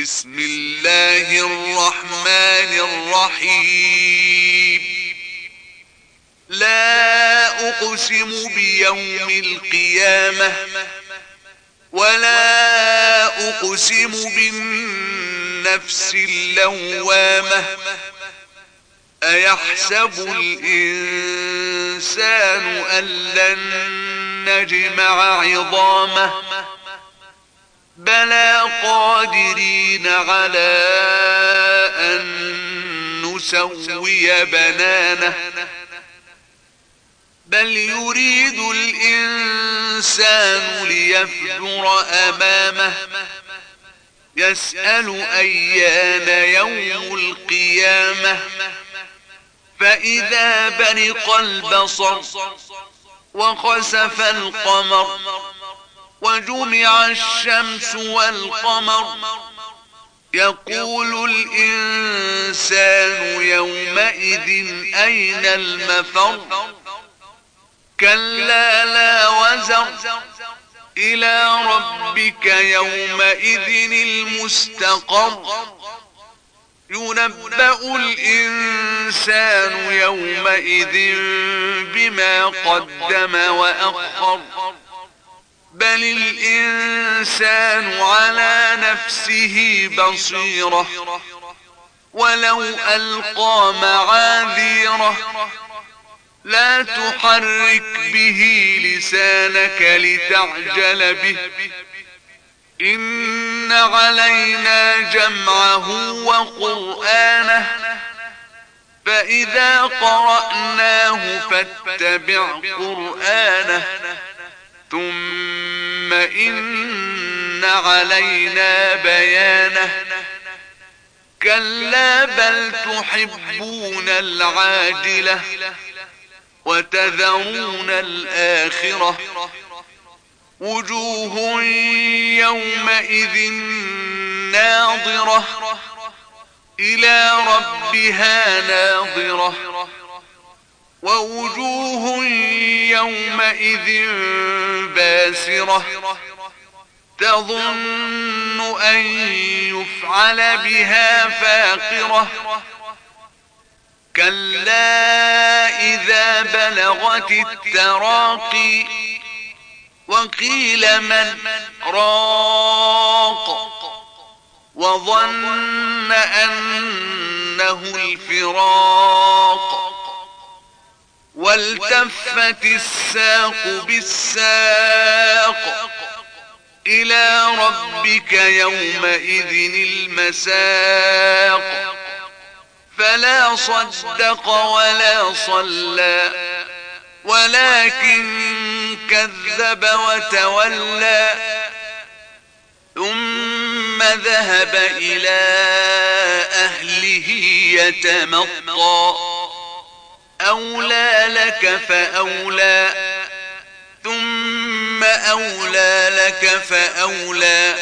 بسم الله الرحمن الرحيم. لا أقسم بيوم القيامة ولا أقسم بالنفس اللوامة أيحسب الإنسان أن لن نجمع عظامه بلى قادرين على أن نسوي بنانه بل يريد الإنسان ليفجر أمامه يسأل أيان يوم القيامة فإذا برق البصر وخسف القمر وجمع الشمس والقمر يقول الإنسان يومئذ أين المفر كلا لا وزر إلى ربك يومئذ المستقر ينبأ الإنسان يومئذ بما قدم وأخر بل الإنسان على نفسه بصيرة ولو ألقى معاذيره لا تحرك به لسانك لتعجل به إن علينا جمعه وقرآنه فإذا قرأناه فاتبع قرآنه ثم إن علينا بيانه كلا بل تحبون العاجلة وتذرون الآخرة وجوه يومئذ ناظرة إلى ربها ناظرة ووجوه يومئذ باسرة تظن أن يفعل بها فاقرة كلا إذا بلغت التراقي وقيل من راق وظن أنه الفراق والتفت الساق بالساق إلى ربك يومئذ المساق فلا صدق ولا صلى ولكن كذب وتولى ثم ذهب إلى أهله يتمطى أولى لك فأولى ثم أولى لك فأولى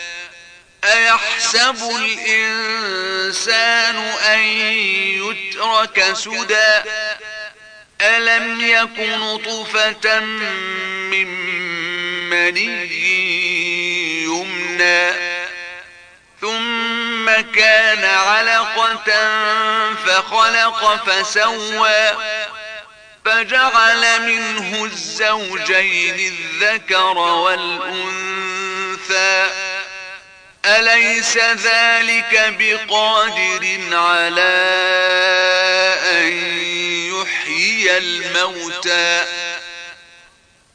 أيحسب الإنسان أن يترك سدى ألم يك نطفة من مني يمنى ثم كان علقة فخلق فسوى فجعل منه الزوجين الذكر والأنثى أليس ذلك بقادر على أن يحيي الموتى